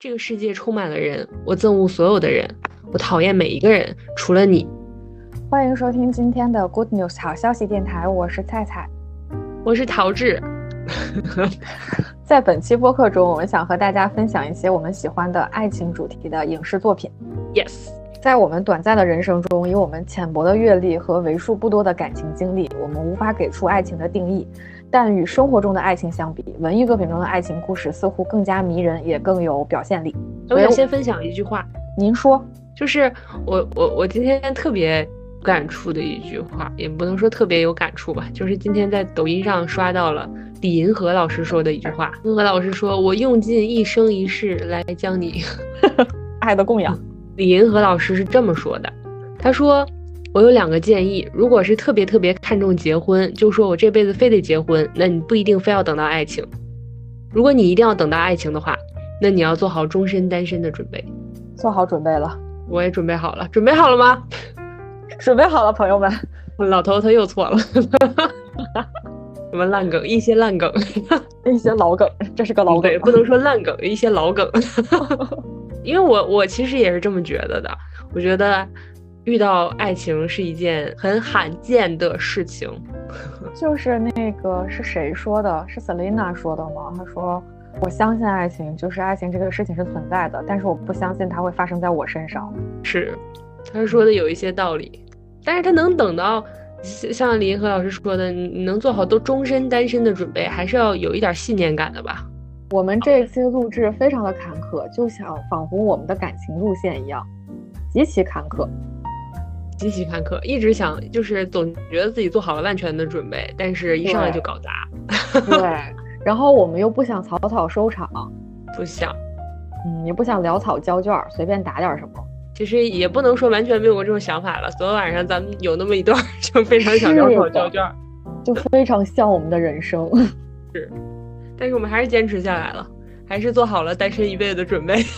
这个世界充满了人，我憎恶所有的人，我讨厌每一个人，除了你。 欢迎收听今天的 Good News 好消息电台，我是菜菜， 我是桃志。 在本期播客中，我们想和大家分享一些我们喜欢的爱情主题的影视作品。 Yes， 在我们短暂的人生中，以我们浅薄的阅历和为数不多的感情经历，我们无法给出爱情的定义。但与生活中的爱情相比，文艺作品中的爱情故事似乎更加迷人，也更有表现力。 我想先分享一句话， 您说。 就是我今天特别感触的一句话，也不能说特别有感触吧，就是今天在抖音上刷到了李银河老师说的一句话。银河老师说：“我用尽一生一世来将你爱的供养。” 李银河老师是这么说的，他说：“我有2个建议，如果是特别看重结婚，就说我这辈子非得结婚，那你不一定非要等到爱情。如果你一定要等到爱情的话，那你要做好终身单身的准备。” 做好准备了。 我也准备好了。准备好了吗？ 准备好了，朋友们。 老头他又错了。什么烂梗？一些烂梗。 一些老梗。这是个老梗。 对，不能说烂梗，一些老梗。因为我其实也是这么觉得的。我觉得遇到爱情是一件很罕见的事情。 就是那个是谁说的？是 Selina 说的吗？她说我相信爱情，就是爱情这个事情是存在的，但是我不相信它会发生在我身上。 是，他说的有一些道理，但是他能等到像李银河老师说的，你能做好都终身单身的准备，还是要有一点信念感的吧。 我们这一期录制非常的坎坷，就像仿佛我们的感情路线一样，极其坎坷。 极其坎坷，一直想就是总觉得自己做好了万全的准备，但是一上来就搞砸。 对。然后我们又不想草草收场， 不想， 也不想潦草交卷，随便打点什么。 其实也不能说完全没有过这种想法了。昨天晚上咱们有那么一段，就非常想潦草交卷， 就非常像我们的人生。 是，但是我们还是坚持下来了，还是做好了单身一辈子的准备。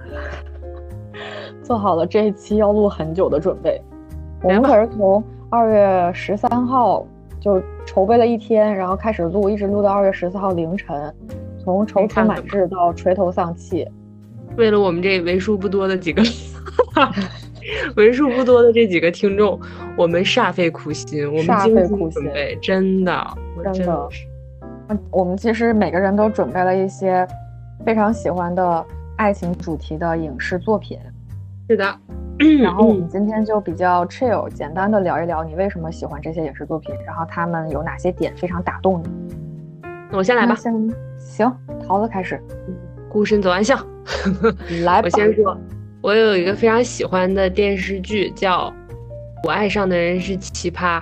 做好了这一期要录很久的准备。我们可是从2月13号就筹备了1天，然后开始录，一直录到2月14号凌晨，从踌躇满志到垂头丧气。 为了我们这为数不多的几个为数不多的这几个听众，我们煞费苦心，我们精心准备，真的。 我们其实每个人都准备了一些非常喜欢的爱情主题的影视作品。 是的。 然后我们今天就比较 chill， 简单的聊一聊你为什么喜欢这些影视作品，然后他们有哪些点非常打动你。 那我先来吧。 行，桃子开始。 孤身走暗巷。 来吧。 我先说，我有一个非常喜欢的电视剧叫《我爱上的人是奇葩》。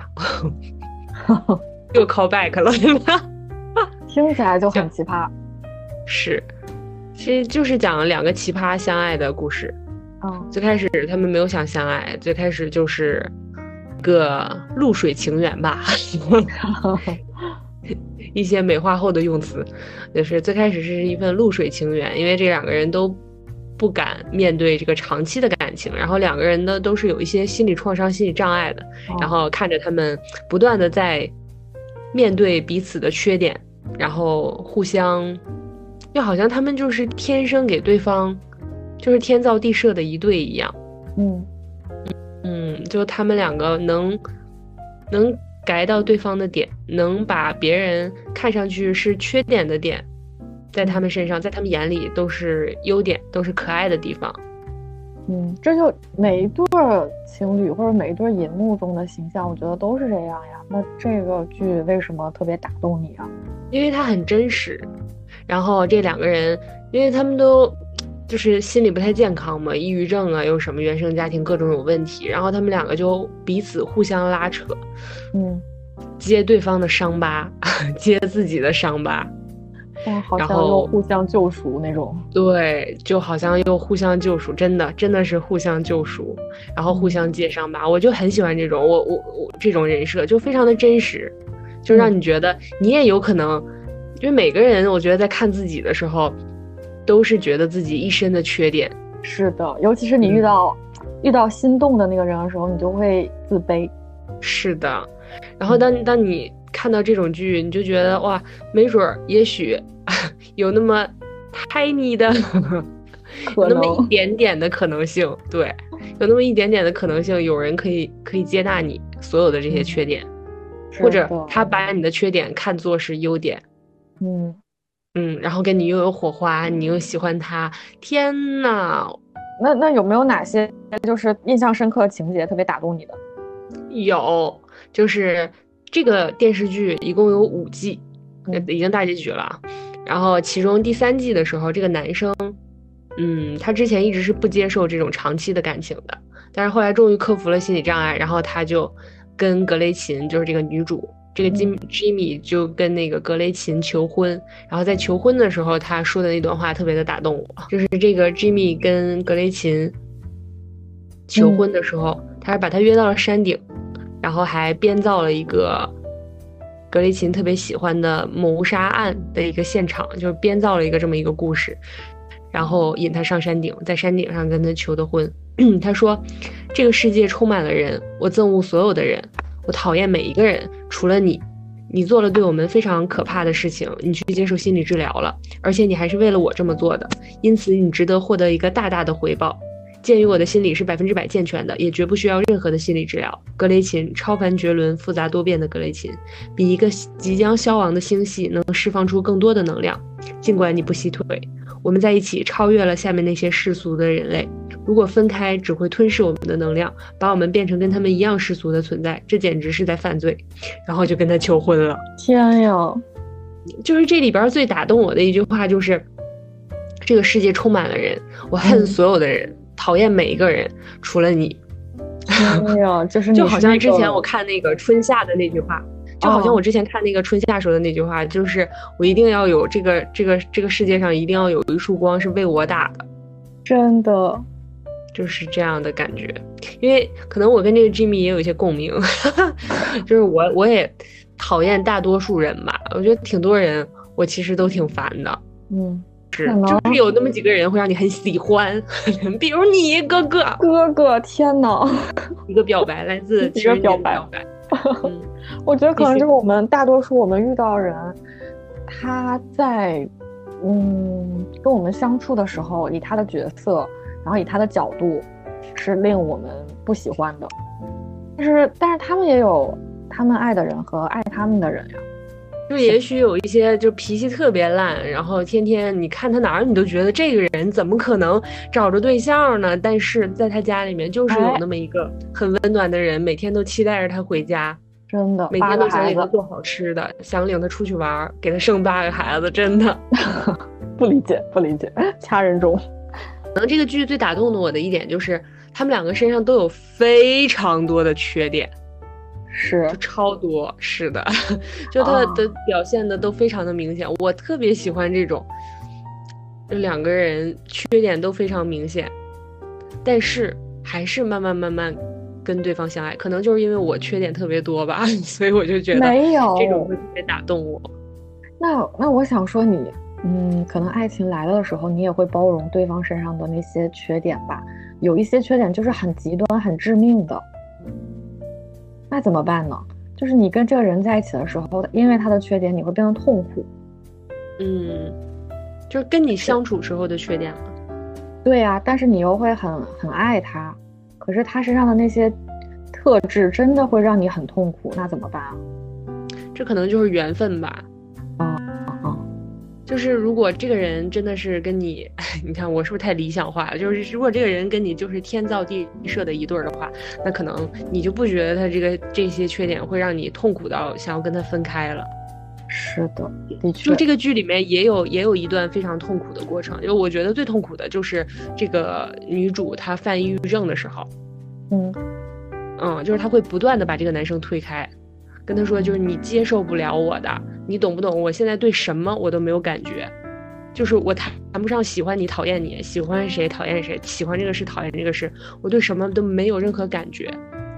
又 call back 了。 听起来就很奇葩。 是，其实就是讲2个奇葩相爱的故事。最开始他们没有想相爱，最开始就是个露水情缘吧。一些美化后的用词，就是最开始是一份露水情缘，因为这2个人都不敢面对这个长期的感情，然后2个人呢都是有一些心理创伤、心理障碍的，然后看着他们不断的在面对彼此的缺点，然后互相，又好像他们就是天生给对方，就是天造地设的一对一样。就他们2个能改到对方的点，能把别人看上去是缺点的点，在他们身上，在他们眼里都是优点，都是可爱的地方。 这就每一对情侣或者每一对荧幕中的形象，我觉得都是这样呀。那这个剧为什么特别打动你啊？ 因为它很真实，然后这2个人，因为他们都就是心理不太健康嘛，抑郁症啊，又什么原生家庭各种有问题，然后他们2个就彼此互相拉扯，接对方的伤疤，接自己的伤疤， 好像又互相救赎那种。 对，就好像又互相救赎，真的是互相救赎，然后互相接伤疤。我就很喜欢这种，我这种人设就非常的真实，就让你觉得你也有可能，因为每个人我觉得在看自己的时候都是觉得自己一身的缺点。 是的，尤其是你遇到心动的那个人的时候，你就会自卑。 是的，然后当你看到这种剧，你就觉得哇，没准也许有那么tiny 的有那么一点点的可能性，对，有那么一点点的可能性，有人可以接纳你所有的这些缺点，或者他把你的缺点看作是优点，然后跟你又有火花，你又喜欢他，天哪！ 那有没有哪些就是印象深刻的情节特别打动你的？ 有，就是这个电视剧一共有5季，已经大结局了。然后其中第3季的时候，这个男生，他之前一直是不接受这种长期的感情的，但是后来终于克服了心理障碍，然后他就跟格雷琴，就是这个女主，这个Jimmy 就跟那个格雷琴求婚。然后在求婚的时候，他说的那段话特别的打动我，就是这个 Jimmy 跟格雷琴求婚的时候，他是把他约到了山顶，然后还编造了一个格雷琴特别喜欢的谋杀案的一个现场，就是编造了一个这么一个故事，然后引他上山顶，在山顶上跟他求的婚。他说，这个世界充满了人，我憎恶所有的人，我讨厌每一个人，除了你。你做了对我们非常可怕的事情，你去接受心理治疗了，而且你还是为了我这么做的，因此你值得获得一个大大的回报。鉴于我的心理是100%健全的，也绝不需要任何的心理治疗。格雷琴，超凡绝伦、复杂多变的格雷琴，比一个即将消亡的星系能释放出更多的能量。尽管你不惜退，我们在一起超越了下面那些世俗的人类。如果分开，只会吞噬我们的能量，把我们变成跟他们一样世俗的存在，这简直是在犯罪。然后就跟他求婚了。 天呀！ 就是这里边最打动我的一句话就是，这个世界充满了人，我恨所有的人，讨厌每一个人，除了你。 哎呀，就是你就好像之前我看那个春夏的那句话，就好像我之前看那个春夏说的那句话，就是我一定要有这个世界上一定要有一束光是为我打的， 真的就是这样的感觉。因为可能我跟这个 Jimmy 也有一些共鸣，就是我也讨厌大多数人吧，我觉得挺多人我其实都挺烦的，就是有那么几个人会让你很喜欢，比如你哥哥， 天哪！ 一个表白来自一个表白。我觉得可能就是我们大多数我们遇到的人，他在跟我们相处的时候，以他的角色，然后以他的角度，是令我们不喜欢的。但是他们也有他们爱的人和爱他们的人呀。 就也许有一些就脾气特别烂，然后天天你看他哪儿你都觉得这个人怎么可能找着对象呢？但是在他家里面就是有那么一个很温暖的人，每天都期待着他回家， 真的， 每天都想给他做好吃的，想领他出去玩，给他生8个孩子，真的不理解，掐人中。 可能这个剧最打动的我的一点就是他们2个身上都有非常多的缺点。 是， 就超多，是的，就他的表现的都非常的明显。我特别喜欢这种，就2个人缺点都非常明显，但是还是慢慢跟对方相爱。可能就是因为我缺点特别多吧，所以我就觉得没有这种会特别打动我。 那我想说你，可能爱情来了的时候，你也会包容对方身上的那些缺点吧。有一些缺点就是很极端、很致命的。那怎么办呢？就是你跟这个人在一起的时候，因为他的缺点，你会变得痛苦。 就是跟你相处时候的缺点了。 对呀，但是你又会很爱他，可是他身上的那些特质真的会让你很痛苦，那怎么办啊？ 这可能就是缘分吧。就是如果这个人真的是跟你，你看我是不是太理想化了？就是如果这个人跟你就是天造地设的一对的话，那可能你就不觉得他这些缺点会让你痛苦到想要跟他分开了。 是的，的确。 就这个剧里面也有一段非常痛苦的过程，就我觉得最痛苦的就是这个女主她犯抑郁症的时候，就是她会不断的把这个男生推开。跟他说，就是你接受不了我的，你懂不懂？我现在对什么我都没有感觉，就是我谈不上喜欢你讨厌你，喜欢谁讨厌谁，喜欢这个事讨厌这个事，我对什么都没有任何感觉。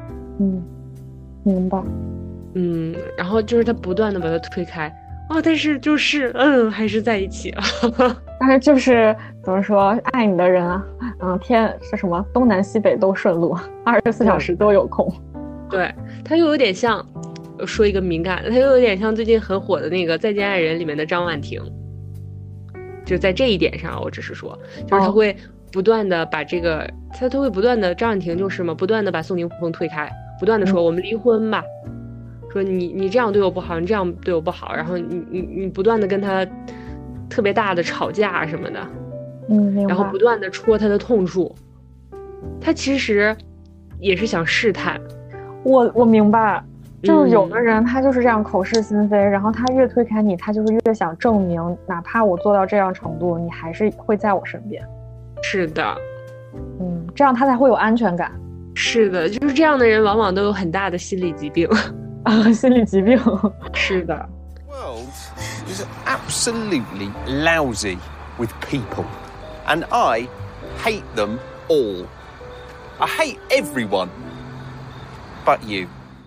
明白。 然后就是他不断的把他推开，但是就是还是在一起了。 但是就是怎么说，爱你的人啊，天是什么东南西北都顺路，24小时都有空。 对，他又有点像。说一个敏感，他又有点像最近很火的那个《再见爱人》里面的张婉婷，就在这一点上，我只是说，就是他会不断的把这个，他都会不断的，张婉婷就是嘛，不断的把宋宁峰推开，不断的说我们离婚吧，说你这样对我不好，你这样对我不好，然后你不断的跟他特别大的吵架什么的，然后不断的戳他的痛处，他其实也是想试探。 我明白，就是有的人他就是这样口是心非，然后他越推开你，他就是越想证明，哪怕我做到这样程度，你还是会在我身边。 是的， 这样他才会有安全感。 是的，就是这样的人往往都有很大的心理疾病心理疾病。 是的。 World is absolutely lousy with people, and I hate them all. I hate everyone but you.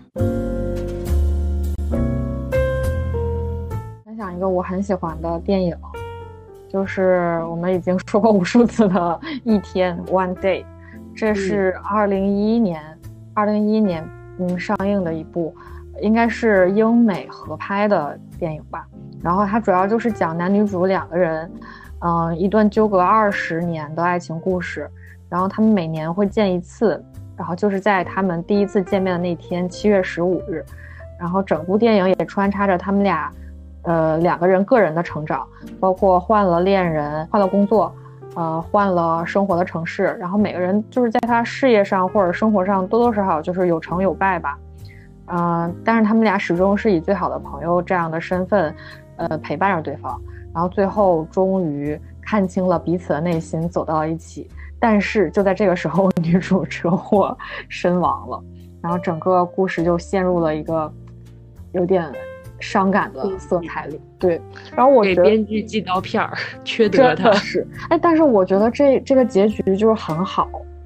分享一个我很喜欢的电影，就是我们已经说过无数次的一天 One Day， 这是2011年上映的一部，应该是英美合拍的电影吧。然后它主要就是讲男女主两个人，一段纠葛20年的爱情故事。然后他们每年会见一次，然后就是在他们第一次见面的那天7月15日。然后整部电影也穿插着他们俩两个人个人的成长，包括换了恋人，换了工作，换了生活的城市，然后每个人就是在他事业上或者生活上多多少少就是有成有败吧。但是他们俩始终是以最好的朋友这样的身份陪伴着对方，然后最后终于看清了彼此的内心，走到了一起。但是就在这个时候，女主车祸身亡了，然后整个故事就陷入了一个有点伤感的色彩里。对，然后我觉得给编剧寄刀片儿，缺德他是。但是我觉得这个结局就是很好。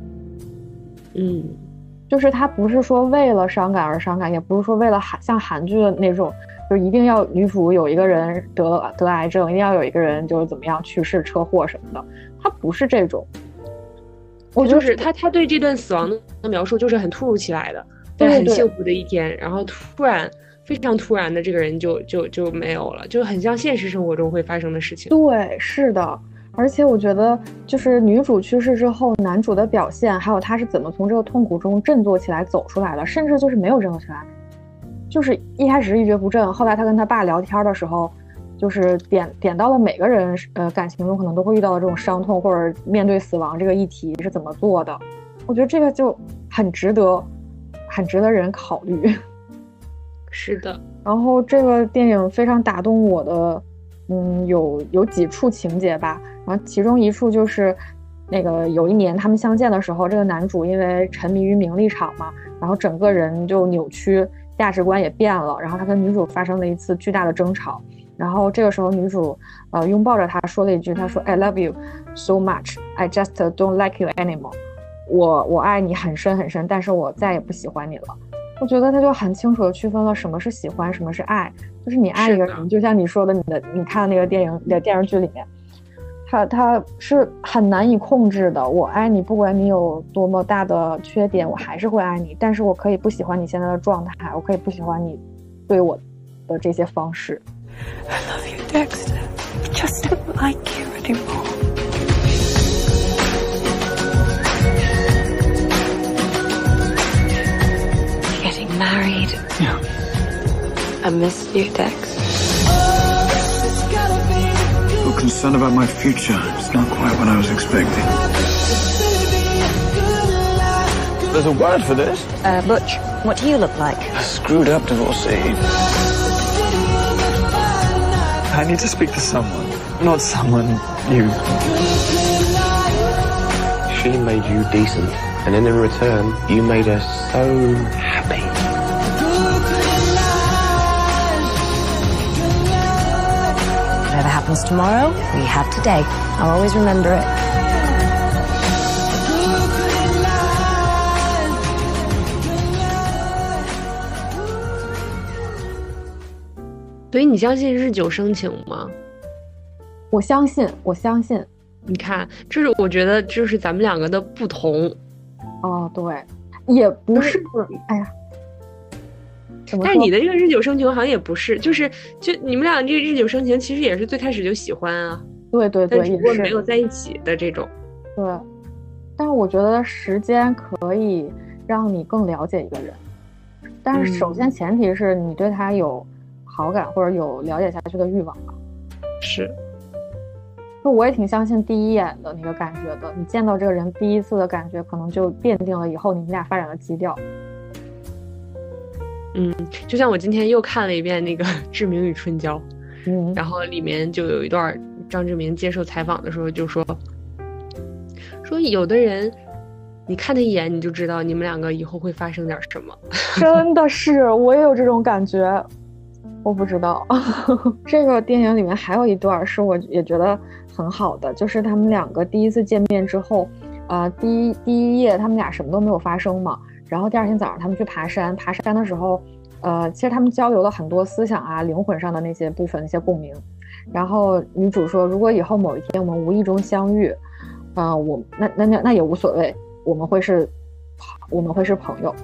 就是他不是说为了伤感而伤感，也不是说为了像韩剧的那种，就一定要女主有一个人得癌症，一定要有一个人就是怎么样去世车祸什么的，他不是这种。 我就是他对这段死亡的描述就是很突如其来的，在很幸福的一天，然后非常突然的这个人就没有了，就很像现实生活中会发生的事情。 对，是的。而且我觉得就是女主去世之后，男主的表现还有他是怎么从这个痛苦中振作起来走出来的，甚至就是没有振作起来，就是一开始一蹶不振，后来他跟他爸聊天的时候，就是点到了每个人感情中可能都会遇到的这种伤痛或者面对死亡这个议题是怎么做的。我觉得这个就很值得人考虑。 是的。 然后这个电影非常打动我的有几处情节吧。然后其中一处就是那个有一年他们相见的时候，这个男主因为沉迷于名利场嘛，然后整个人就扭曲，价值观也变了，然后他跟女主发生了一次巨大的争吵。然后这个时候女主拥抱着他说了一句，他说 I love you so much, I just don't like you anymore。 我爱你很深很深，但是我再也不喜欢你了。我觉得他就很清楚的区分了什么是喜欢，什么是爱。就是你爱一个人，就像你说的，你看的那个电视剧里面，他是很难以控制的。我爱你，不管你有多么大的缺点，我还是会爱你。但是我可以不喜欢你现在的状态，我可以不喜欢你对我的这些方式。 I love you, Dexter. I just don't like you anymore. You're getting married. Yeah. I miss you, Dex. You're concerned about my future. It's not quite what I was expecting. There's a word for this. Butch, what do you look like? A screwed up divorcee. I need to speak to someone. Not someone, you. She made you decent, and then in return, you made her so happy. Whatever happens tomorrow, we have today. I'll always remember it. 所以你相信日久生情吗？ 我相信。 你看，这是我觉得就是咱们两个的不同。 对，也不是。哎呀， 但是你的这个日久生情好像也不是，就你们俩这个日久生情其实也是最开始就喜欢啊。 对， 但只不过没有在一起的这种。 对，但是我觉得时间可以让你更了解一个人，但是首先前提是你对他有好感或者有了解下去的欲望吧。 是， 就我也挺相信第一眼的那个感觉的，你见到这个人第一次的感觉可能就奠定了以后你们俩发展的基调。 就像我今天又看了一遍那个《志明与春娇》，然后里面就有一段张志明接受采访的时候就说有的人你看他一眼你就知道你们两个以后会发生点什么。 真的是，我也有这种感觉。我不知道这个电影里面还有一段是我也觉得很好的，就是他们两个第一次见面之后，第一夜他们俩什么都没有发生嘛，然后第二天早上他们去爬山的时候，其实他们交流了很多思想啊、灵魂上的那些部分、那些共鸣。然后女主说，如果以后某一天我们无意中相遇，那也无所谓，我们会是朋友。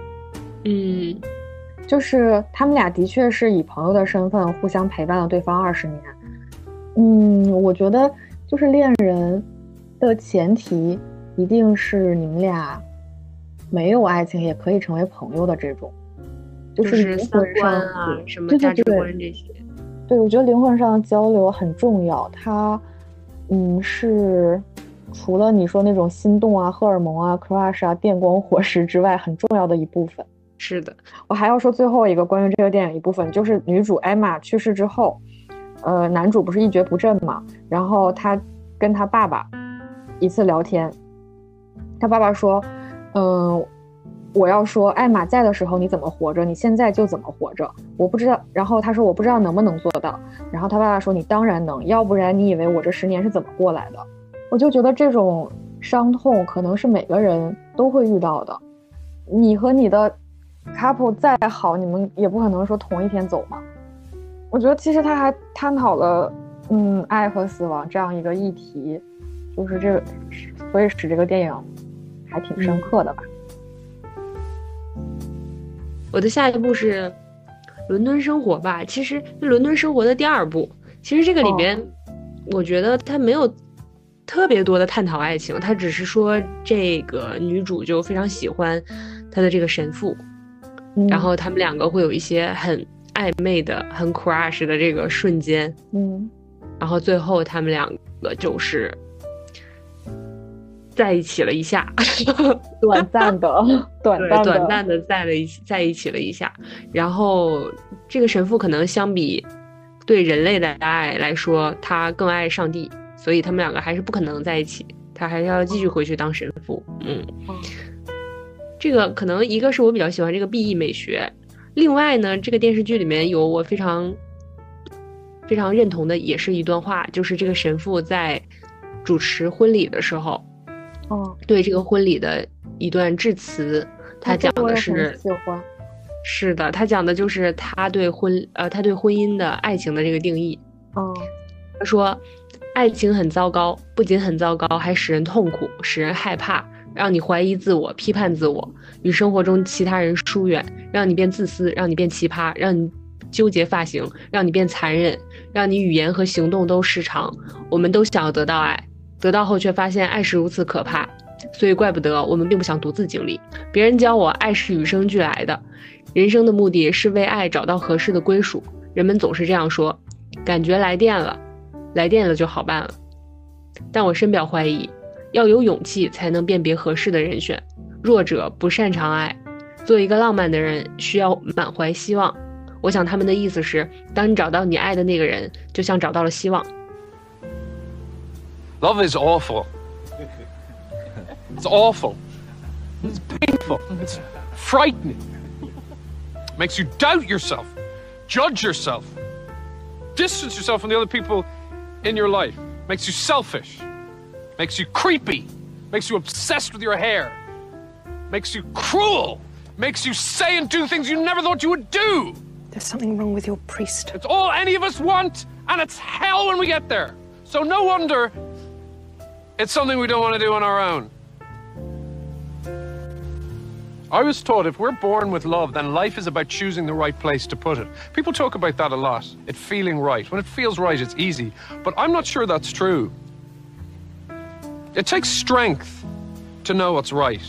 就是他们俩的确是以朋友的身份互相陪伴了对方20年。我觉得就是恋人的前提一定是你们俩没有爱情也可以成为朋友的这种，就是灵魂上啊，什么价值观这些。 对，我觉得灵魂上的交流很重要，它是除了你说那种心动啊、荷尔蒙啊、crush 啊、电光火石之外很重要的一部分。 是的， 我还要说最后一个关于这个电影一部分，就是女主艾玛去世之后，男主不是一蹶不振嘛，然后他跟他爸爸一次聊天，他爸爸说，我要说艾玛在的时候你怎么活着，你现在就怎么活着，我不知道。然后他说我不知道能不能做到，然后他爸爸说你当然能，要不然你以为我这10年是怎么过来的。我就觉得这种伤痛可能是每个人都会遇到的，你和你的couple 再好，你们也不可能说同一天走嘛。我觉得其实他还探讨了爱和死亡这样一个议题，就是这个，所以使这个电影还挺深刻的吧。 我的下一部是伦敦生活吧，其实伦敦生活的第2部，其实这个里边我觉得他没有特别多的探讨爱情，他只是说这个女主就非常喜欢她的这个神父，然后他们两个会有一些很暧昧的、很 crush 的这个瞬间，然后最后他们两个就是在一起了一下， 短暂的在一起了一下。然后这个神父可能相比对人类的爱来说，他更爱上帝，所以他们两个还是不可能在一起，他还是要继续回去当神父。这个可能一个是我比较喜欢这个 BE 美学，另外呢，这个电视剧里面有我非常非常认同的，也是一段话，就是这个神父在主持婚礼的时候，对这个婚礼的一段致辞，他讲的是，是的，他讲的就是他对婚姻的爱情的这个定义。他说，爱情很糟糕，不仅很糟糕，还使人痛苦，使人害怕，让你怀疑自我，批判自我，与生活中其他人疏远，让你变自私，让你变奇葩，让你纠结发型，让你变残忍，让你语言和行动都失常。我们都想要得到爱，得到后却发现爱是如此可怕，所以怪不得我们并不想独自经历。别人教我，爱是与生俱来的，人生的目的是为爱找到合适的归属。人们总是这样说，感觉来电了就好办了。但我深表怀疑，要有勇气才能辨别合适的人选。弱者不擅长爱，做一个浪漫的人需要满怀希望。我想他们的意思是，当你找到你爱的那个人，就像找到了希望。 Love is awful. It's awful. It's painful. It's frightening. It makes you doubt yourself, judge yourself, distance yourself from the other people in your life. Makes you selfish. Makes you creepy. Makes you obsessed with your hair. Makes you cruel. Makes you say and do things you never thought you would do. There's something wrong with your priest. It's all any of us want, and it's hell when we get there. So no wonder it's something we don't want to do on our own. I was taught if we're born with love, then life is about choosing the right place to put it. People talk about that a lot, it feeling right. When it feels right, it's easy. But I'm not sure that's true. It takes strength to know what's right.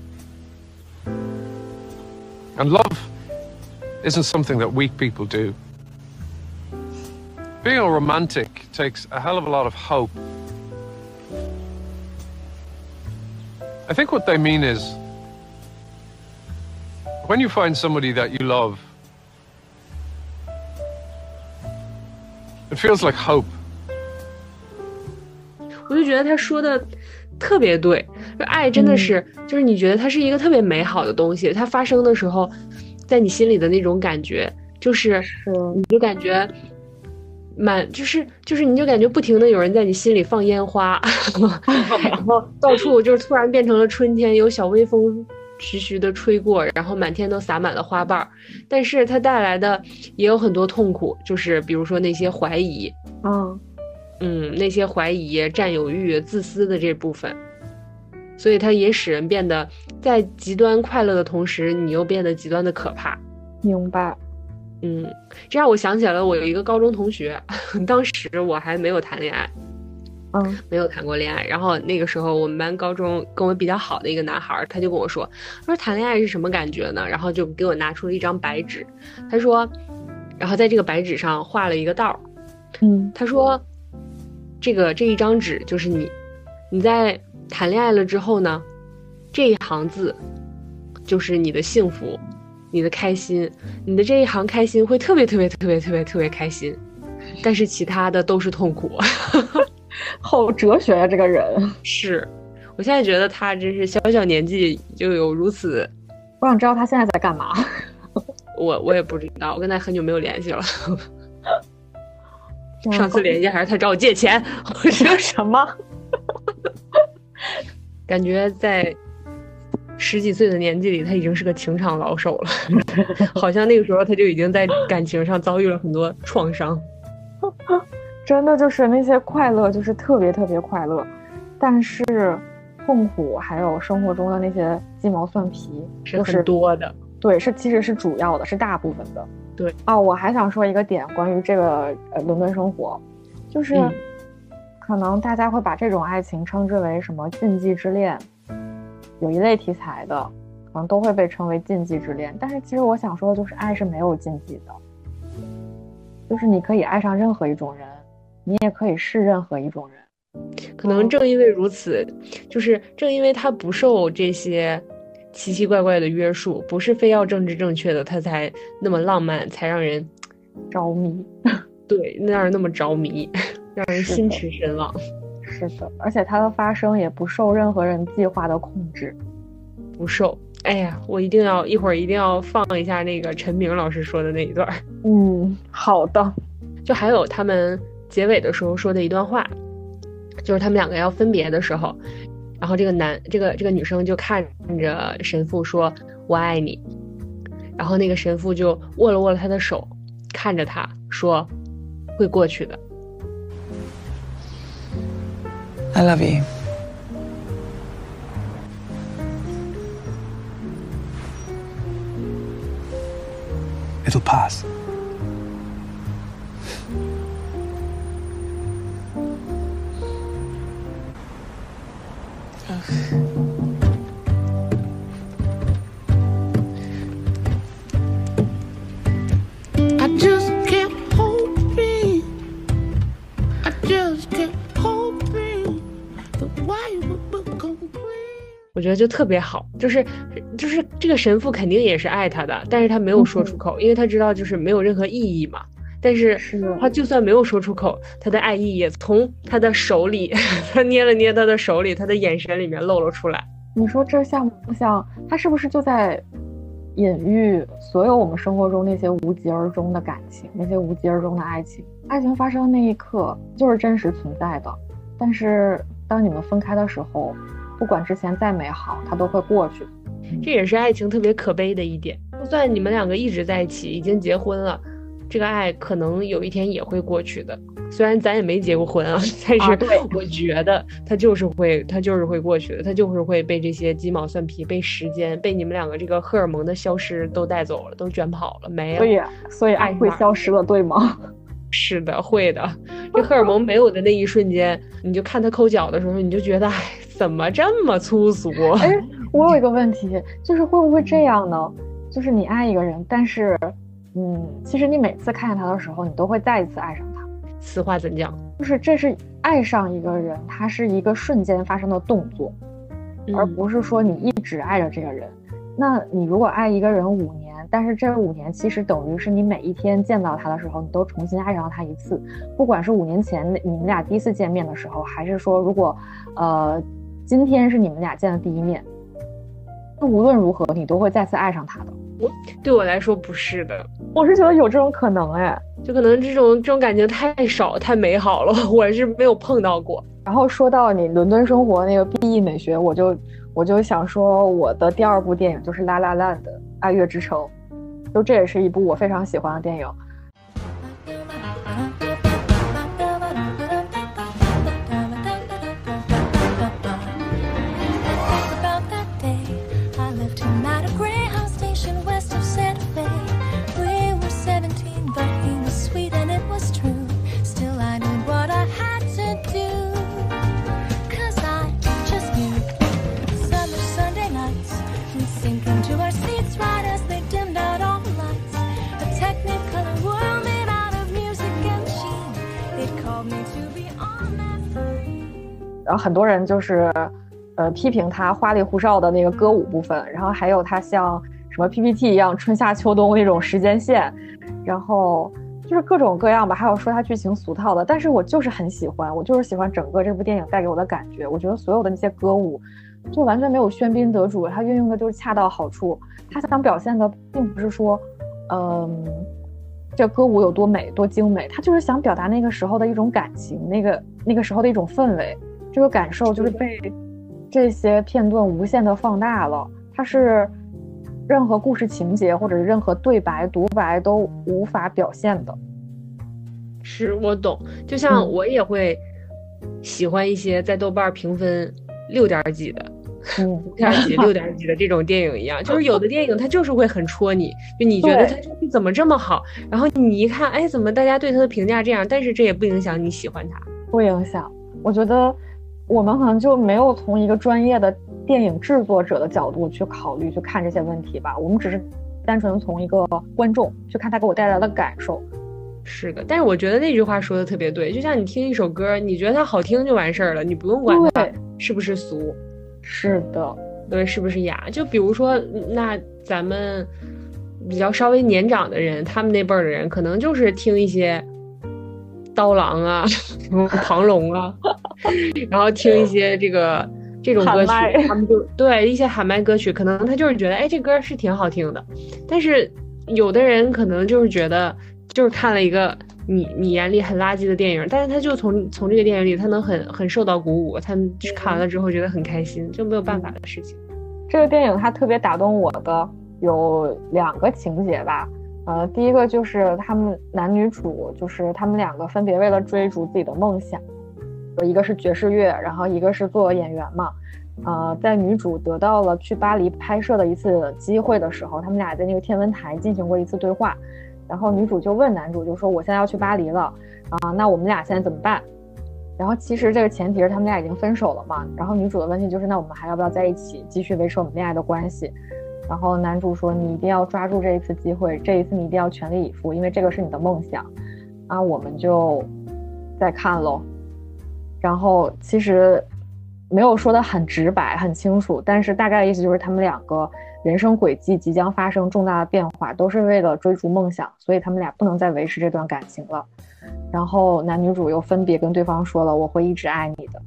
And love isn't something that weak people do. Being a romantic takes a hell of a lot of hope. I think what they mean is, when you find somebody that you love, it feels like hope. 我就觉得他说的特别对，就爱真的是，就是你觉得它是一个特别美好的东西，它发生的时候，在你心里的那种感觉，就是你就感觉就是你就感觉不停的有人在你心里放烟花，然后到处就是突然变成了春天，有小微风徐徐的吹过，然后满天都洒满了花瓣，但是它带来的也有很多痛苦，就是比如说那些怀疑，那些怀疑、占有欲、自私的这部分，所以它也使人变得在极端快乐的同时，你又变得极端的可怕。 明白。 这让我想起了我有一个高中同学，当时我还没有谈恋爱，没有谈过恋爱。然后那个时候我们班高中跟我比较好的一个男孩，他就跟我说谈恋爱是什么感觉呢？然后就给我拿出了一张白纸，他说，然后在这个白纸上画了一个道，他说这一张纸就是你在谈恋爱了之后呢，这一行字就是你的幸福，你的开心，你的这一行开心会特别特别特别特别特别开心，但是其他的都是痛苦。 好哲学呀，这个人。是， 我现在觉得他真是小小年纪就有如此。 我想知道他现在在干嘛。 我也不知道，我跟他很久没有联系了。上次联系还是他找我借钱，我说什么？感觉在十几岁的年纪里，他已经是个情场老手了，好像那个时候他就已经在感情上遭遇了很多创伤。 真的就是那些快乐，就是特别特别快乐，但是痛苦还有生活中的那些鸡毛蒜皮是很多的。 对，其实是主要的，是大部分的。 对我还想说一个点，关于这个伦敦生活，就是可能大家会把这种爱情称之为什么禁忌之恋，有一类题材的可能都会被称为禁忌之恋，但是其实我想说的就是爱是没有禁忌的，就是你可以爱上任何一种人，你也可以是任何一种人。 可能正因为如此，就是正因为他不受这些奇奇怪怪的约束，不是非要政治正确的，他才那么浪漫，才让人着迷。 对，让人那么着迷，让人心驰神往。 是的，而且它的发生也不受任何人计划的控制， 不受。哎呀，我一会儿一定要放一下那个陈明老师说的那一段。 好的。 就还有他们结尾的时候说的一段话，就是他们两个要分别的时候，然后这个女生就看着神父说我爱你，然后那个神父就握了他的手，看着他说会过去的。 I love you. It'll pass. I just kept hoping. I just kept hoping the white would come clean. 我觉得就特别好，就是这个神父肯定也是爱他的，但是他没有说出口，因为他知道就是没有任何意义嘛。但是他就算没有说出口，他的爱意也从他的手里，他捏了捏他的手里，他的眼神里面露了出来。 你说这像不像？他是不是就在隐喻所有我们生活中那些无疾而终的感情，那些无疾而终的爱情？爱情发生的那一刻就是真实存在的，但是当你们分开的时候，不管之前再美好，它都会过去。 这也是爱情特别可悲的一点。就算你们两个一直在一起，已经结婚了，这个爱可能有一天也会过去的。虽然咱也没结过婚啊，但是我觉得它就是会过去的，它就是会被这些鸡毛蒜皮、被时间、被你们两个这个荷尔蒙的消失都带走了，都卷跑了，没有。 所以爱会消失了，对吗？ 是的，会的。这荷尔蒙没有的那一瞬间，你就看他抠脚的时候，你就觉得，哎，怎么这么粗俗？ 哎，我有一个问题，就是会不会这样呢？就是你爱一个人，但是，其实你每次看见他的时候，你都会再一次爱上他。 此话怎讲？ 就是这是爱上一个人，它是一个瞬间发生的动作，而不是说你一直爱着这个人。那你如果爱一个人5年，但是这5年其实等于是你每一天见到他的时候，你都重新爱上他一次，不管是5年前你们俩第一次见面的时候，还是说如果今天是你们俩见的第一面，无论如何你都会再次爱上他的。 对我来说不是的， 我是觉得有这种可能，哎， 就可能这种感情太少太美好了，我是没有碰到过。 然后说到你伦敦生活那个 BE 美学，我就想说我的第2部电影就是《La La Land》爱乐之城，就这也是一部我非常喜欢的电影。然后很多人就是批评他花里胡哨的那个歌舞部分，然后还有他像什么 PPT 一样春夏秋冬那种时间线，然后就是各种各样吧，还有说他剧情俗套的，但是我就是很喜欢，我就是喜欢整个这部电影带给我的感觉。我觉得所有的那些歌舞就完全没有喧宾夺主，他运用的就是恰到好处。他想表现的并不是说这歌舞有多美多精美，他就是想表达那个时候的一种感情，那个时候的一种氛围，这个感受就是被这些片段无限的放大了。它是任何故事情节或者任何对白独白都无法表现的。 是，我懂，就像我也会喜欢一些在豆瓣评分6点几的5点几6点几的这种电影一样，就是有的电影它就是会很戳你，就你觉得它怎么这么好，然后你一看，哎，怎么大家对它的评价这样，但是这也不影响你喜欢它。 不影响，我觉得我们可能就没有从一个专业的电影制作者的角度去考虑去看这些问题吧，我们只是单纯从一个观众去看它给我带来的感受。 是的，但是我觉得那句话说的特别对，就像你听一首歌，你觉得它好听就完事儿了，你不用管它是不是俗。 是的， 对，是不是雅？就比如说，那咱们比较稍微年长的人，他们那辈儿的人，可能就是听一些刀郎啊、庞龙啊，然后听一些这种歌曲，他们就对一些喊麦歌曲，可能他就是觉得，哎，这歌是挺好听的。但是有的人可能就是觉得，就是看了一个你眼里很垃圾的电影，但是他就从这个电影里他能很受到鼓舞，他看完了之后觉得很开心，就没有办法的事情。 这个电影它特别打动我的有2个情节吧，第一个就是他们男女主，就是他们2个分别为了追逐自己的梦想，一个是爵士乐，然后一个是做演员嘛。在女主得到了去巴黎拍摄的一次机会的时候，他们俩在那个天文台进行过一次对话。然后女主就问男主，就说我现在要去巴黎了那我们俩现在怎么办？然后其实这个前提是他们俩已经分手了嘛。然后女主的问题就是那我们还要不要在一起继续维持我们恋爱的关系？然后男主说你一定要抓住这一次机会，这一次你一定要全力以赴，因为这个是你的梦想我们就再看咯。然后其实没有说得很直白很清楚，但是大概的意思就是他们2个人生轨迹即将发生重大的变化，都是为了追逐梦想，所以他们俩不能再维持这段感情了。然后男女主又分别跟对方说了我会一直爱你的。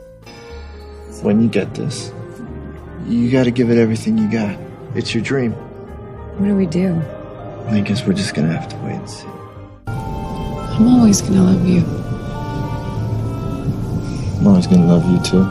When you get this, you gotta give it everything you got. It's your dream. What do we do? I guess we're just gonna have to wait and see. I'm always gonna love you. I'm always gonna love you too.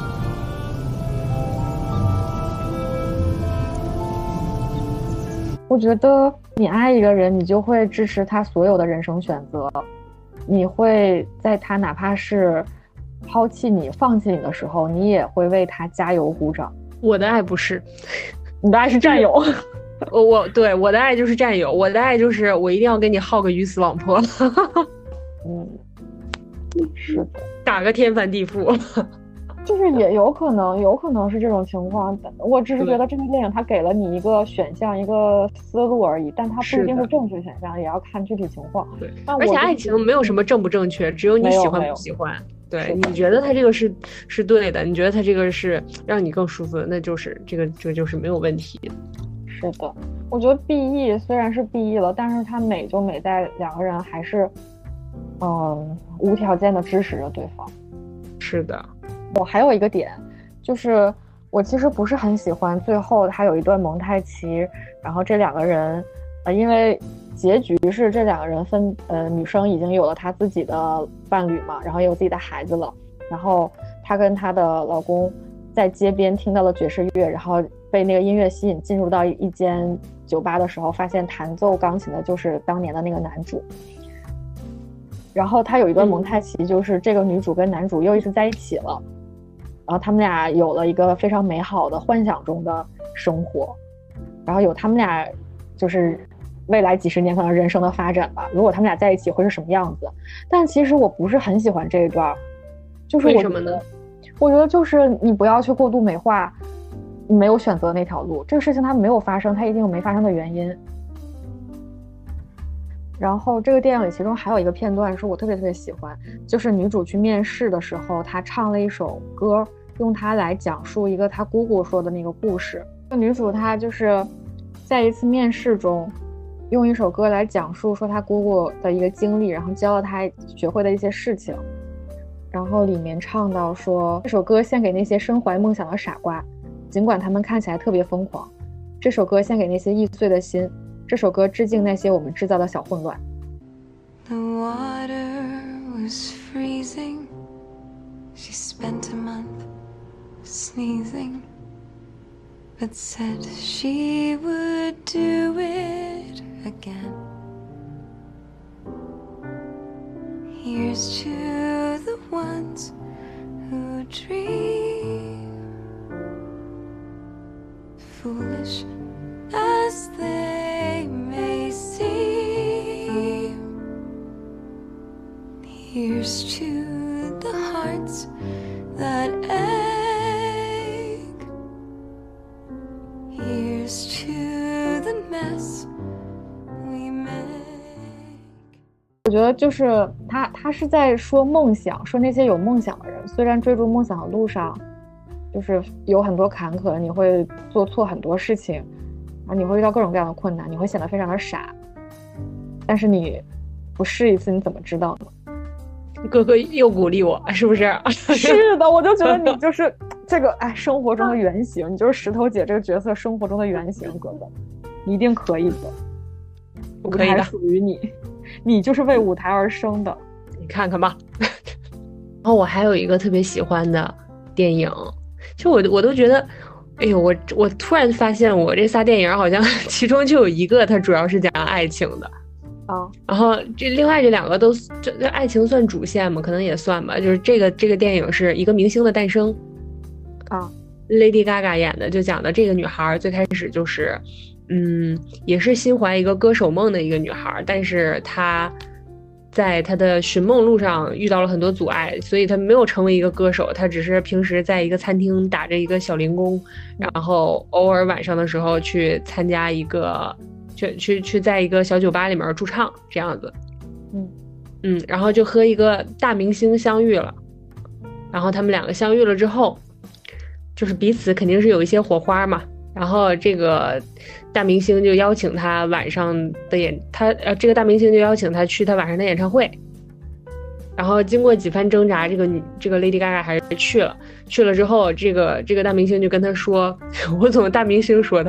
我觉得你爱一个人，你就会支持他所有的人生选择，你会在他哪怕是抛弃你放弃你的时候，你也会为他加油鼓掌。 我的爱不是， 你的爱是战友。 对，我的爱就是战友，我的爱就是我一定要跟你耗个鱼死网破。 是的， 打个天翻地覆。 就是也有可能是这种情况。我只是觉得这部电影它给了你一个选项，一个思路而已，但它不一定是正确选项，也要看具体情况。 对，而且爱情没有什么正不正确，只有你喜欢不喜欢。对，你觉得他这个是对的，你觉得他这个是让你更舒服的，那就是这个就是没有问题。 是的，我觉得 BE 虽然是 BE 了，但是它美就美在两个人还是无条件的支持着对方。 是的。 我还有一个点，就是我其实不是很喜欢最后他有一段蒙太奇，然后这两个人因为结局是这两个人女生已经有了她自己的伴侣嘛，然后也有自己的孩子了，然后她跟她的老公在街边听到了爵士乐，然后被那个音乐吸引进入到一间酒吧的时候，发现弹奏钢琴的就是当年的那个男主。然后他有一段蒙太奇，就是这个女主跟男主又一次在一起了，然后他们俩有了一个非常美好的幻想中的生活，然后有他们俩就是未来几十年可能人生的发展吧，如果他们俩在一起会是什么样子。但其实我不是很喜欢这一段，就是为什么呢？ 我觉得就是你不要去过度美化你没有选择那条路，这个事情它没有发生，它一定有没发生的原因。然后这个电影里其中还有一个片段是我特别喜欢，就是女主去面试的时候，她唱了一首歌，用它来讲述一个她姑姑说的那个故事。女主她就是在一次面试中用一首歌来讲述说她姑姑的一个经历，然后教了她学会的一些事情。然后里面唱到说，这首歌献给那些身怀梦想的傻瓜，尽管他们看起来特别疯狂。这首歌献给那些易碎的心，这首歌致敬那些我们制造的小混乱。 The water was freezing. She spent a month sneezing, but said she would do it again. Here's to the ones who dream, foolish as they may seem. Here's to the hearts that ache. Here's to the mess we make. 我觉得就是他是在说梦想，说那些有梦想的人，虽然追逐梦想的路上就是有很多坎坷，你会做错很多事情啊，你会遇到各种各样的困难，你会显得非常的傻，但是你不试一次你怎么知道呢？ 哥哥又鼓励我，是不是？ 是的，我就觉得你就是这个生活中的原型，你就是石头姐这个角色生活中的原型，哥哥，你一定可以的， 我可以的， 属于你，你就是为舞台而生的， 你看看吧。然后我还有一个特别喜欢的电影，就我都觉得，哎呦，我突然发现我这仨电影好像其中就有一个它主要是讲爱情的。然后另外这两个都这爱情算主线吗？可能也算吧。就是这个电影是一个明星的诞生，Lady Gaga 演的，就讲的这个女孩最开始就是也是心怀一个歌手梦的一个女孩，但是她在她的寻梦路上遇到了很多阻碍，所以她没有成为一个歌手，她只是平时在一个餐厅打着一个小零工，然后偶尔晚上的时候去参加一个去在一个小酒吧里面驻唱这样子。然后就和一个大明星相遇了，然后他们两个相遇了之后，就是彼此肯定是有一些火花嘛，然后这个大明星就邀请他晚上的这个大明星就邀请他去他晚上的演唱会，然后经过几番挣扎，这个 Lady Gaga 还是去了之后，这个大明星就跟他说，我怎么大明星说的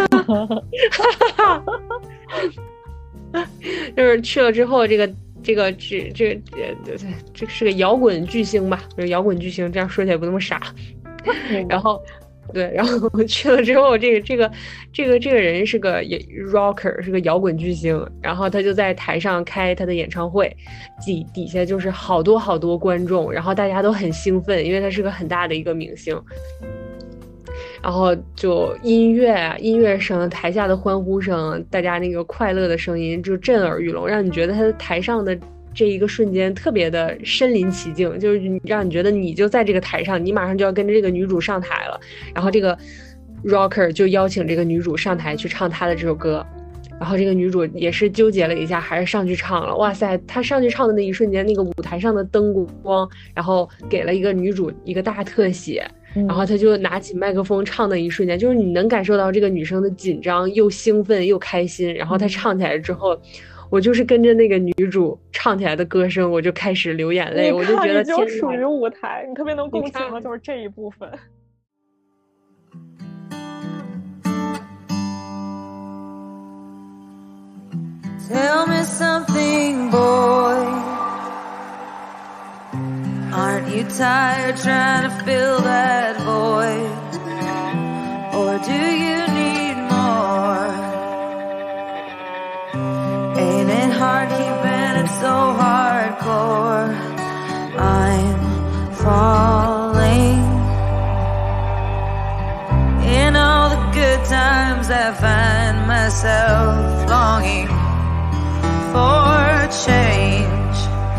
就是去了之后，这是个摇滚巨星吧，就是摇滚巨星，这样说起来不那么傻。然后去了之后，这个人是个 rocker， 是个摇滚巨星，然后他就在台上开他的演唱会，底下就是好多观众，然后大家都很兴奋，因为他是个很大的一个明星。然后就音乐声，台下的欢呼声，大家那个快乐的声音就震耳欲聋，让你觉得他台上的这一个瞬间特别的身临其境，就是让你觉得你就在这个台上，你马上就要跟着这个女主上台了。然后这个 rocker 就邀请这个女主上台去唱她的这首歌，然后这个女主也是纠结了一下，还是上去唱了。哇塞，她上去唱的那一瞬间，那个舞台上的灯光，然后给了一个女主一个大特写。然后她就拿起麦克风唱的一瞬间，就是你能感受到这个女生的紧张又兴奋又开心。然后她唱起来之后，我就是跟着那个女主唱起来的歌声，我就开始流眼泪。我就觉得你就属于舞台，你特别能共情的就是这一部分。 Tell me something, boy. Aren't you tired trying to fill that void? Or do you need more? Ain't it hard keeping it so hardcore? I'm falling. In all the good times I find myself longing for change,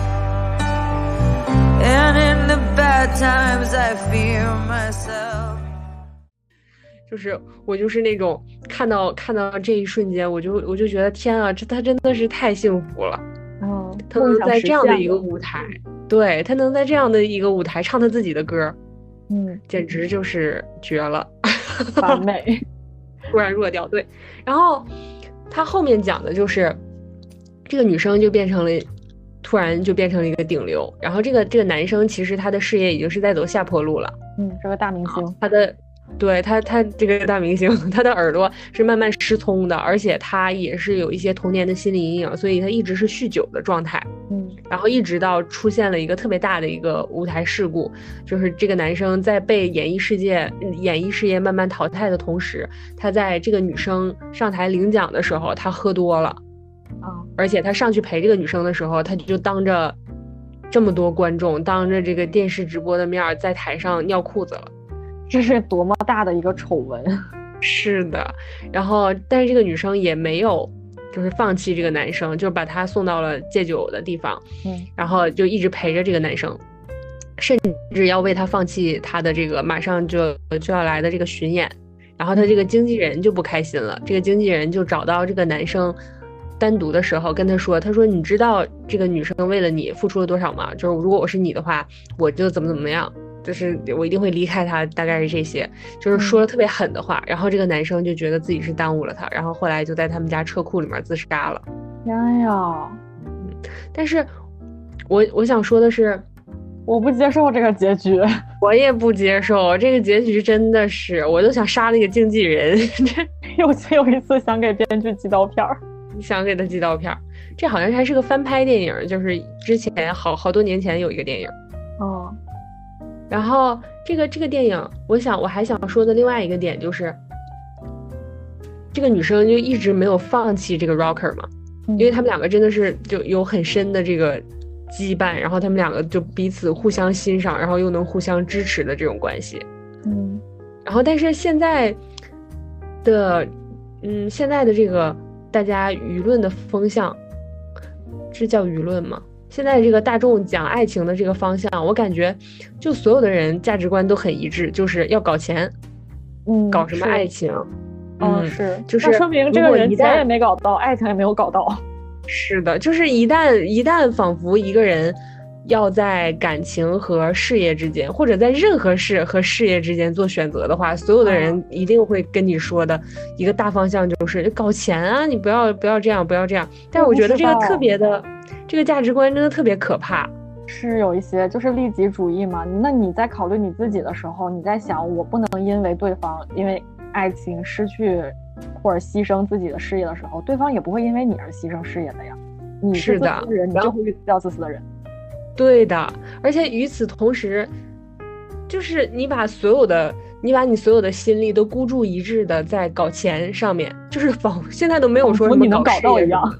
and in the bad times I fear myself. 就是我就是那种看到这一瞬间，我就觉得天啊，他真的是太幸福了。他能在这样的一个舞台，对，他能在这样的一个舞台唱他自己的歌，简直就是绝了， 完美。 突然弱掉，对。然后他后面讲的就是这个女生突然就变成了一个顶流，然后这个男生其实他的事业已经是在走下坡路了， 是个大明星， 他这个大明星，他的耳朵是慢慢失聪的，而且他也是有一些童年的心理阴影，所以他一直是酗酒的状态，然后一直到出现了一个特别大的一个舞台事故，就是这个男生在被演艺事业慢慢淘汰的同时，他在这个女生上台领奖的时候，他喝多了，而且他上去陪这个女生的时候，他就当着这么多观众，当着这个电视直播的面，在台上尿裤子了。 这是多么大的一个丑闻。 是的，然后但是这个女生也没有就是放弃这个男生，就把他送到了戒酒的地方，然后就一直陪着这个男生，甚至要为他放弃他的这个马上就要来的这个巡演。然后他这个经纪人就不开心了，这个经纪人就找到这个男生单独的时候跟他说你知道这个女生为了你付出了多少吗？就是如果我是你的话，我就怎么样，就是我一定会离开他，大概是这些，就是说了特别狠的话。然后这个男生就觉得自己是耽误了他，然后后来就在他们家车库里面自杀了。 天呀！ 但是我想说的是， 我不接受这个结局。 我也不接受这个结局，真的是我都想杀那个经纪人。 有一次想给编剧寄刀片， 想给他寄刀片。这好像还是个翻拍电影，就是之前好多年前有一个电影。然后这个电影，我还想说的另外一个点就是，这个女生就一直没有放弃这个 rocker 嘛，因为他们两个真的是就有很深的这个羁绊，然后他们两个就彼此互相欣赏，然后又能互相支持的这种关系。然后但是现在的这个大家舆论的风向，这叫舆论吗？现在这个大众讲爱情的这个方向，我感觉就所有的人价值观都很一致，就是要搞钱，搞什么爱情， 是， 就是那说明这个人钱也没搞到，爱情也没有搞到。 是的，就是一旦仿佛一个人要在感情和事业之间，或者在任何事和事业之间做选择的话，所有的人一定会跟你说的一个大方向就是搞钱啊，你不要这样，不要这样。但是我觉得这个特别的。这个价值观真的特别可怕， 是有一些就是利己主义嘛。那你在考虑你自己的时候，你在想我不能因为对方因为爱情失去或者牺牲自己的事业的时候，对方也不会因为你而牺牲事业的呀。你是自私的人，你就会遇到自私的人。 对的，而且与此同时，就是你把你所有的心力都孤注一掷的在搞钱上面，就是现在都没有说什么你能搞到一样。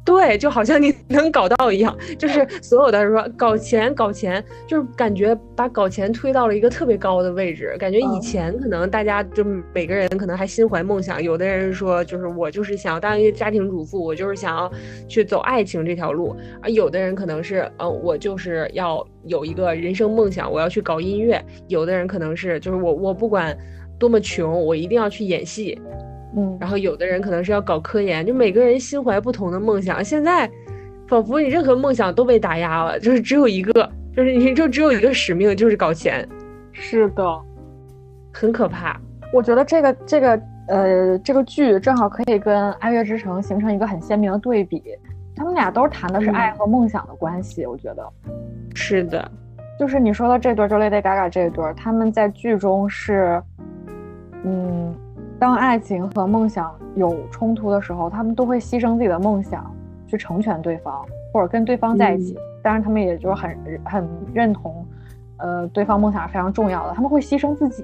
对，就好像你能搞到一样，就是所有的说搞钱，就是感觉把搞钱推到了一个特别高的位置。感觉以前可能大家就每个人可能还心怀梦想，有的人说就是我就是想要当一个家庭主妇，我就是想要去走爱情这条路，而有的人可能是我就是要有一个人生梦想，我要去搞音乐。有的人可能是就是我不管多么穷，我一定要去演戏。然后有的人可能是要搞科研，就每个人心怀不同的梦想。现在仿佛你任何梦想都被打压了，就是只有一个，就是你就只有一个使命，就是搞钱。 是的， 很可怕。 我觉得这个剧正好可以跟《爱乐之城》形成一个很鲜明的对比，他们俩都谈的是爱和梦想的关系。我觉得是的， 就是你说的这对，就 Lady Gaga 这对，他们在剧中是当爱情和梦想有冲突的时候，他们都会牺牲自己的梦想去成全对方，或者跟对方在一起。当然他们也就是很认同对方梦想是非常重要的，他们会牺牲自己。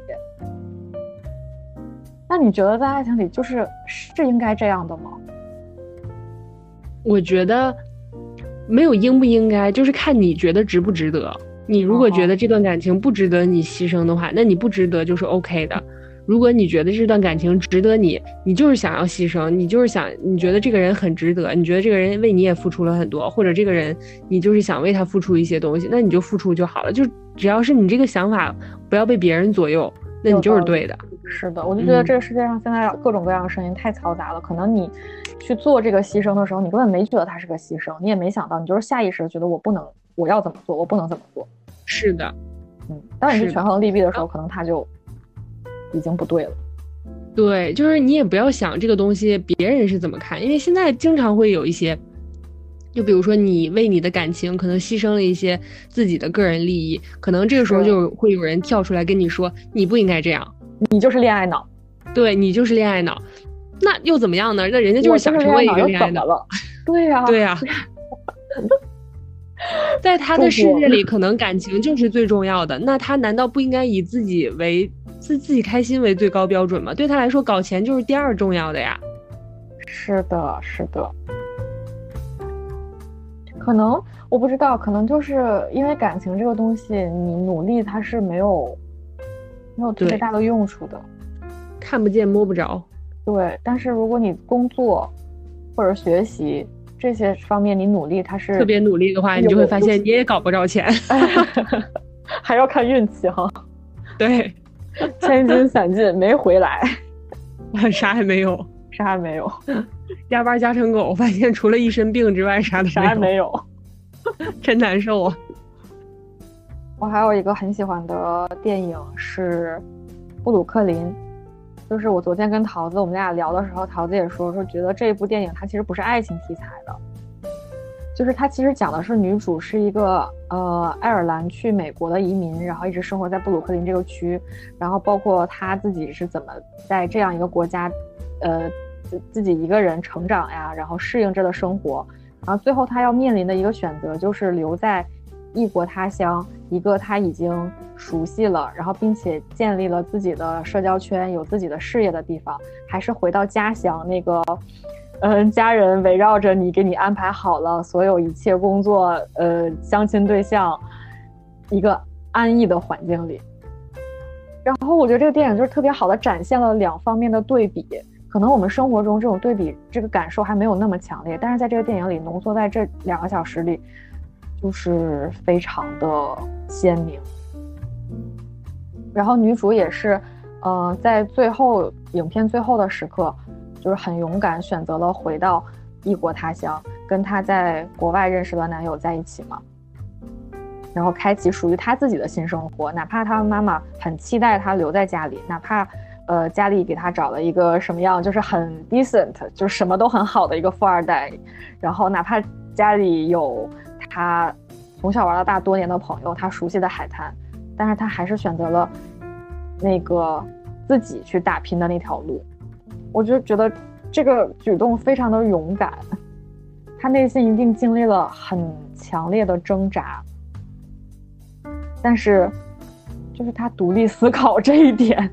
那你觉得在爱情里是应该这样的吗？ 我觉得没有应不应该，就是看你觉得值不值得。你如果觉得这段感情不值得你牺牲的话，那你不值得就是 OK 的。如果你觉得这段感情值得你就是想要牺牲，你觉得这个人很值得，你觉得这个人为你也付出了很多，或者这个人你就是想为他付出一些东西，那你就付出就好了。就只要是你这个想法不要被别人左右，那你就是对的。 是的，我就觉得这个世界上现在各种各样的声音太嘈杂了，可能你去做这个牺牲的时候，你根本没觉得它是个牺牲，你也没想到，你就是下意识的觉得我要怎么做，我不能怎么做。 是的， 当你去权衡利弊的时候，可能它就已经不对了。 对，就是你也不要想这个东西别人是怎么看，因为现在经常会有一些，就比如说你为你的感情可能牺牲了一些自己的个人利益，可能这个时候就会有人跳出来跟你说你不应该这样， 你就是恋爱脑。 对，你就是恋爱脑，那又怎么样呢？那人家就是想成为一个恋爱脑了。对呀， 对呀。在他的世界里可能感情就是最重要的，那他难道不应该以自己开心为最高标准吗？对他来说搞钱就是第二重要的呀。 是的，是的。可能我不知道，可能就是因为感情这个东西，你努力它是没有特别大的用处的， 看不见摸不着。 对，但是如果你工作或者学习这些方面你努力，它是特别努力的话，你就会发现你也搞不着钱。 还要看运气哈。 对， 千金散尽没回来。 啥也没有，加班加成狗，发现除了一身病之外啥也没有。真难受啊。 我还有一个很喜欢的电影是布鲁克林，就是我昨天跟桃子我们俩聊的时候，桃子也说觉得这部电影它其实不是爱情题材的，就是它其实讲的是女主是一个爱尔兰去美国的移民，然后一直生活在布鲁克林这个区，然后包括她自己是怎么在这样一个国家自己一个人成长呀，然后适应这的生活，然后最后她要面临的一个选择就是留在异国他乡，一个他已经熟悉了，然后并且建立了自己的社交圈，有自己的事业的地方，还是回到家乡那个家人围绕着你，给你安排好了所有一切工作相亲对象，一个安逸的环境里。然后我觉得这个电影就是特别好的展现了两方面的对比，可能我们生活中这种对比这个感受还没有那么强烈，但是在这个电影里浓缩在这2个小时里就是非常的鲜明。然后女主也是在影片最后的时刻就是很勇敢选择了回到异国他乡，跟她在国外认识的男友在一起嘛，然后开启属于她自己的新生活，哪怕她妈妈很期待她留在家里，哪怕家里给她找了一个什么样就是很 decent 就是什么都很好的一个富二代，然后哪怕家里有他从小玩到大多年的朋友，他熟悉的海滩，但是他还是选择了那个自己去打拼的那条路。我就觉得这个举动非常的勇敢，他内心一定经历了很强烈的挣扎，但是就是他独立思考这一点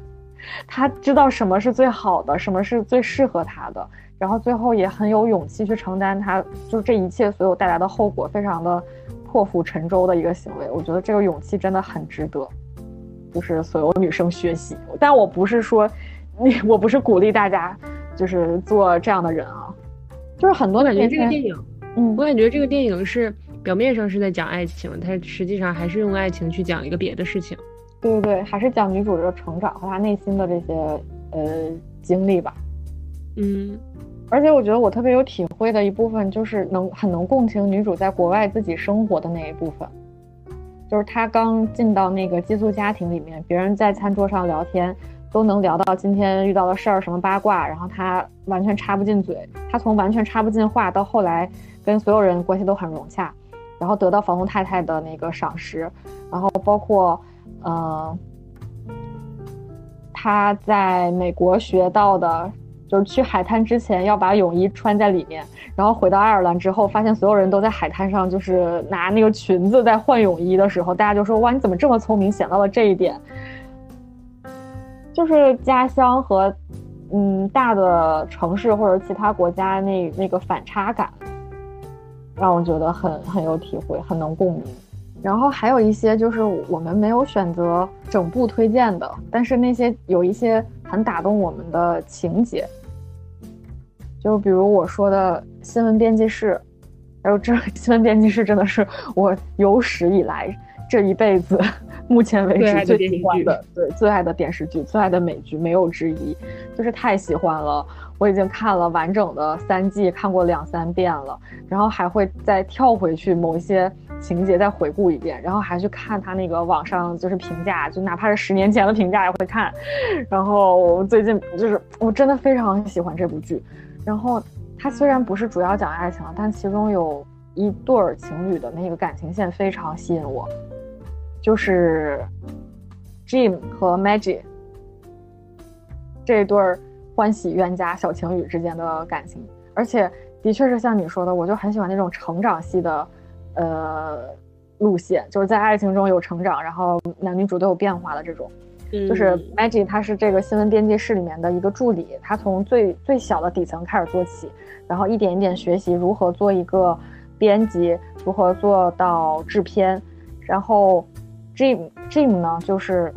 他知道什么是最好的，什么是最适合他的，然后最后也很有勇气去承担他就是这一切所有带来的后果，非常的破釜沉舟的一个行为。我觉得这个勇气真的很值得，就是所有女生学习。但我不是说，我不是鼓励大家就是做这样的人啊，就是很多我感觉这个电影，我感觉这个电影是表面上是在讲爱情，它实际上还是用爱情去讲一个别的事情。 对对对，还是讲女主的成长和她内心的这些经历吧。而且我觉得我特别有体会的一部分就是很能共情女主在国外自己生活的那一部分，就是她刚进到那个寄宿家庭里面，别人在餐桌上聊天都能聊到今天遇到的事儿，什么八卦，然后她完全插不进嘴，她从完全插不进话到后来跟所有人关系都很融洽，然后得到房东太太的那个赏识，然后包括他在美国学到的就是去海滩之前要把泳衣穿在里面，然后回到爱尔兰之后发现所有人都在海滩上就是拿那个裙子在换泳衣的时候，大家就说哇你怎么这么聪明想到了这一点。就是家乡和大的城市或者其他国家那个反差感让我觉得很有体会，很能共鸣。然后还有一些就是我们没有选择整部推荐的，但是那些有一些很打动我们的情节，就比如我说的新闻编辑室，还有这新闻编辑室真的是我有史以来这一辈子目前为止最喜欢的，对，最爱的电视剧，最爱的美剧，没有之一，就是太喜欢了。我已经看了完整的3季，看过2-3遍了，然后还会再跳回去某一些情节再回顾一遍，然后还去看他那个网上就是评价，就哪怕是10年前的评价也会看。然后最近就是我真的非常喜欢这部剧，然后它虽然不是主要讲爱情，但其中有一对情侣的那个感情线非常吸引我，就是 Jim 和 Maggie 这一对欢喜冤家小情侣之间的感情，而且的确是像你说的，我就很喜欢那种成长系的路线，就是在爱情中有成长，然后男女主都有变化的这种。就是 Maggie 她是这个新闻编辑室里面的一个助理，她从最小的底层开始做起，然后一点一点学习如何做一个编辑，如何做到制片。然后 Jim 呢，就是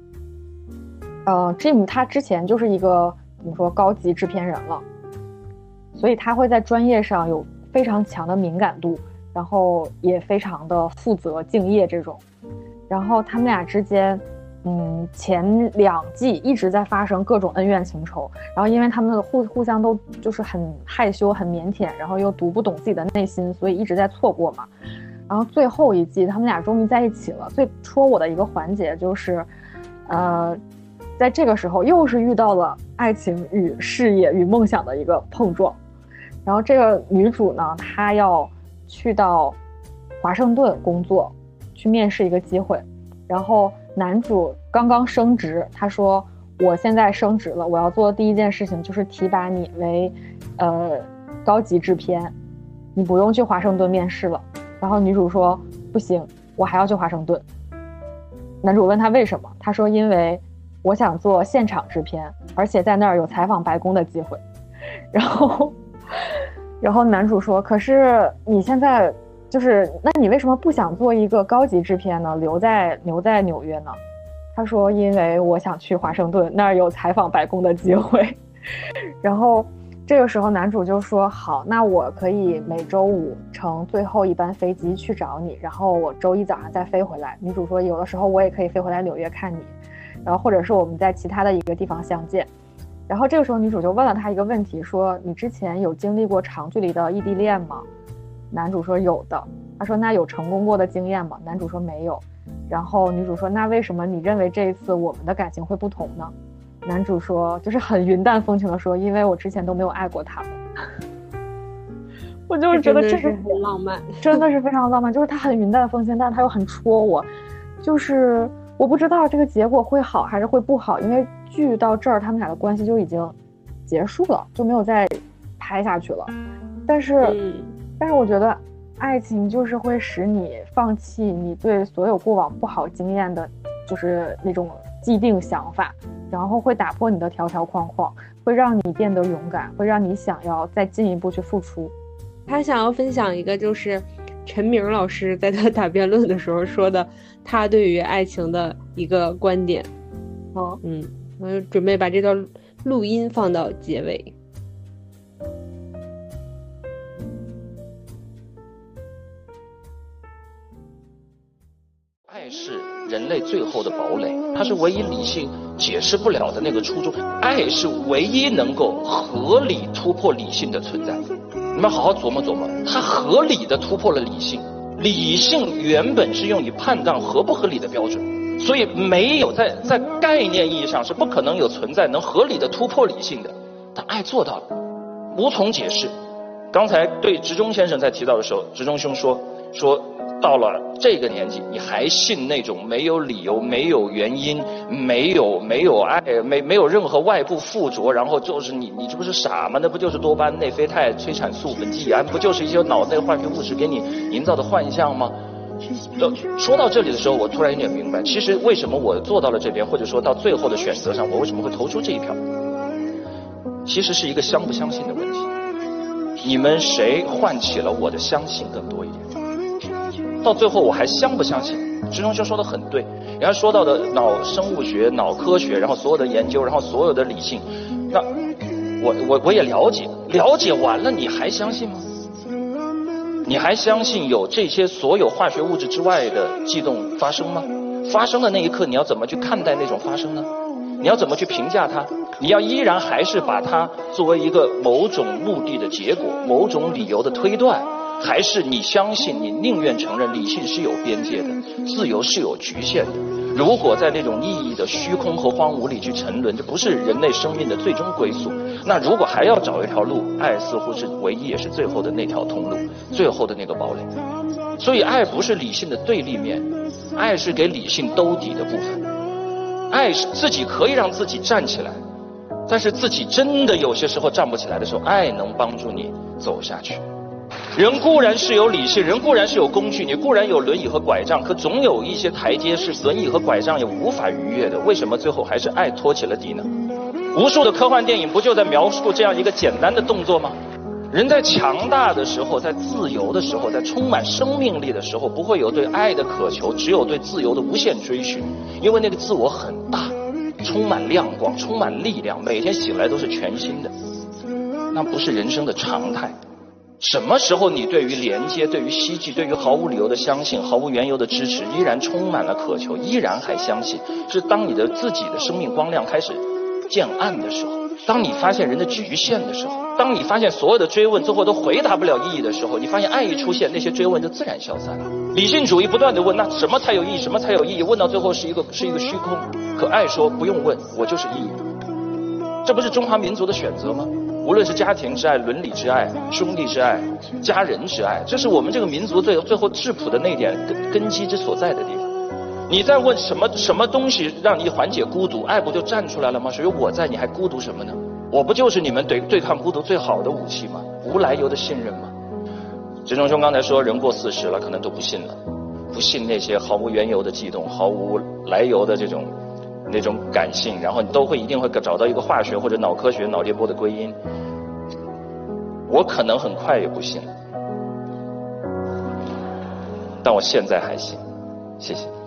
Jim 他之前就是一个怎么说高级制片人了，所以他会在专业上有非常强的敏感度，然后也非常的负责敬业这种。然后他们俩之间前2季一直在发生各种恩怨情仇，然后因为他们互相都就是很害羞很腼腆，然后又读不懂自己的内心，所以一直在错过嘛。然后最后一季他们俩终于在一起了。最戳我的一个环节就是在这个时候又是遇到了爱情与事业与梦想的一个碰撞。然后这个女主呢，她要去到华盛顿工作，去面试一个机会，然后男主刚刚升职，他说我现在升职了，我要做的第一件事情就是提拔你为高级制片，你不用去华盛顿面试了。然后女主说不行，我还要去华盛顿。男主问他为什么，他说因为我想做现场制片，而且在那儿有采访白宫的机会。然后男主说可是你现在就是那你为什么不想做一个高级制片呢，留在纽约呢？他说因为我想去华盛顿，那儿有采访白宫的机会。然后这个时候男主就说好，那我可以每周5乘最后一班飞机去找你，然后我周1早上再飞回来。女主说有的时候我也可以飞回来纽约看你，然后或者是我们在其他的一个地方相见。然后这个时候女主就问了他一个问题，说你之前有经历过长距离的异地恋吗？男主说有的。他说那有成功过的经验吗？男主说没有。然后女主说那为什么你认为这一次我们的感情会不同呢？男主说就是很云淡风轻的说因为我之前都没有爱过他们。我就是觉得这是很浪漫， 真的是非常浪漫。就是他很云淡风轻，但是他又很戳我，就是我不知道这个结果会好还是会不好，因为剧到这儿他们俩的关系就已经结束了，就没有再拍下去了。但是我觉得爱情就是会使你放弃你对所有过往不好经验的就是那种既定想法，然后会打破你的条条框框，会让你变得勇敢，会让你想要再进一步去付出。 他想要分享一个就是陈明老师在他打辩论的时候说的他对于爱情的一个观点。我准备把这段录音放到结尾。 爱是人类最后的堡垒，它是唯一理性解释不了的那个初衷。爱是唯一能够合理突破理性的存在。你们好好琢磨琢磨，它合理的突破了理性。理性原本是用以判断合不合理的标准，所以没有在概念意义上是不可能有存在能合理的突破理性的。但爱做到了，无从解释。刚才对执中先生在提到的时候，执中兄说到了这个年纪，你还信那种没有理由、没有原因、没有爱、没有任何外部附着，然后就是你这不是傻吗？那不就是多巴胺、内啡肽、催产素、苯基胺，不就是一些脑内化学物质给你营造的幻象吗？说到这里的时候，我突然有点明白，其实为什么我做到了这边，或者说到最后的选择上，我为什么会投出这一票，其实是一个相不相信的问题。你们谁唤起了我的相信更多一点？到最后我还相不相信？执中兄说的很对，然后说到的脑生物学、脑科学，然后所有的研究，然后所有的理性，那我也了解完了，你还相信吗？你还相信有这些所有化学物质之外的悸动发生吗？发生的那一刻，你要怎么去看待那种发生呢？你要怎么去评价它？你要依然还是把它作为一个某种目的的结果、某种理由的推断？还是你相信，你宁愿承认理性是有边界的，自由是有局限的。如果在那种意义的虚空和荒芜里去沉沦，这不是人类生命的最终归宿。那如果还要找一条路，爱似乎是唯一也是最后的那条通路，最后的那个堡垒。所以爱不是理性的对立面，爱是给理性兜底的部分。爱是自己可以让自己站起来，但是自己真的有些时候站不起来的时候，爱能帮助你走下去。人固然是有理性，人固然是有工具，你固然有轮椅和拐杖，可总有一些台阶是轮椅和拐杖也无法逾越的。为什么最后还是爱托起了底呢？无数的科幻电影不就在描述这样一个简单的动作吗？人在强大的时候，在自由的时候，在充满生命力的时候，不会有对爱的渴求，只有对自由的无限追寻。因为那个自我很大，充满亮光，充满力量，每天醒来都是全新的。那不是人生的常态。什么时候你对于连接、对于希冀、对于毫无理由的相信、毫无缘由的支持依然充满了渴求，依然还相信，是当你的自己的生命光亮开始渐暗的时候，当你发现人的局限的时候，当你发现所有的追问最后都回答不了意义的时候，你发现爱一出现，那些追问就自然消散了。理性主义不断地问，那什么才有意义，什么才有意义，问到最后是一个虚空。可爱说不用问，我就是意义。这不是中华民族的选择吗？无论是家庭之爱、伦理之爱、兄弟之爱、家人之爱，这是我们这个民族最后质朴的那点根基之所在的地方。你在问什么东西让你缓解孤独，爱不就站出来了吗？只有我在，你还孤独什么呢？我不就是你们对抗孤独最好的武器吗？无来由的信任吗？执中兄刚才说人过40了可能都不信了，不信那些毫无缘由的悸动，毫无来由的那种感性，然后你一定会找到一个化学或者脑科学、脑电波的归因。我可能很快也不信了，但我现在还信。谢谢。